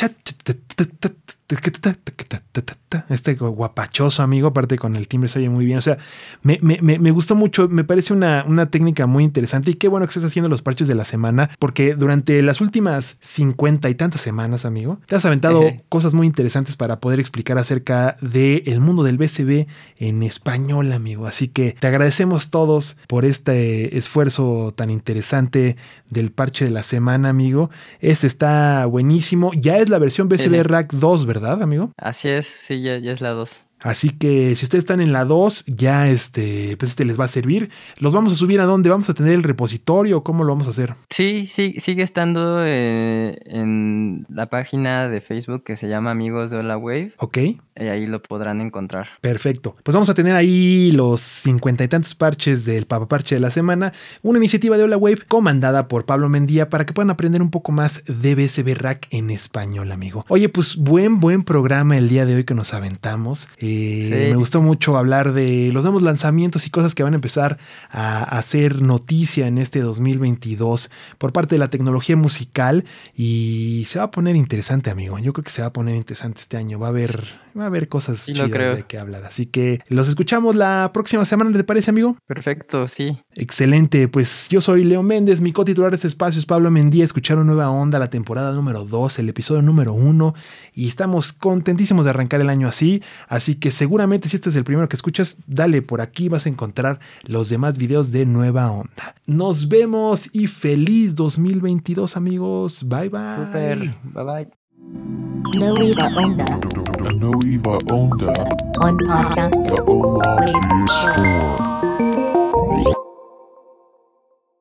este guapachoso, amigo, aparte con el timbre se oye muy bien. O sea, me gustó mucho, me parece una técnica muy interesante, y qué bueno que estés haciendo los parches de la semana, porque durante las últimas 50 y tantas semanas, amigo, te has aventado cosas muy interesantes para poder explicar acerca del mundo del BCB en español, amigo. Así que te agradecemos todos por este esfuerzo tan interesante del parche de la semana, amigo. Este está buenísimo. Ya es la versión BCB Rack 2, ¿verdad, amigo?
Así es, sí, ya es la 2.
Así que si ustedes están en la 2, ya pues les va a servir. ¿Los vamos a subir a dónde? ¿Vamos a tener el repositorio? ¿Cómo lo vamos a hacer?
Sí, sigue estando en la página de Facebook que se llama Amigos de Hola Wave.
Ok.
ahí lo podrán encontrar.
Perfecto. Pues vamos a tener ahí los 50 y tantos parches del Papaparche de la semana, una iniciativa de Hola Wave comandada por Pablo Mendía para que puedan aprender un poco más de BSB Rack en español, amigo. Oye, pues buen programa el día de hoy que nos aventamos.
Sí.
Me gustó mucho hablar de los nuevos lanzamientos y cosas que van a empezar a hacer noticia en este 2022 por parte de la tecnología musical, y se va a poner interesante, amigo. Yo creo que se va a poner interesante este año. Va a haber cosas
Sí,
chidas
creo.
de qué hablar. Así que los escuchamos la próxima semana, ¿te parece, amigo?
Perfecto, sí.
Excelente, pues yo soy Leo Méndez, mi co-titular de este espacio es Pablo Mendía. Escucharon Nueva Onda, la temporada número 2, el episodio número 1, y estamos contentísimos de arrancar el año así que seguramente si este es el primero que escuchas, dale por aquí, vas a encontrar los demás videos de Nueva Onda. Nos vemos y feliz 2022, amigos. Bye bye.
Super, bye bye.
Nueva Onda
A Nueva Onda
on podcast.
The Ola Wave Store.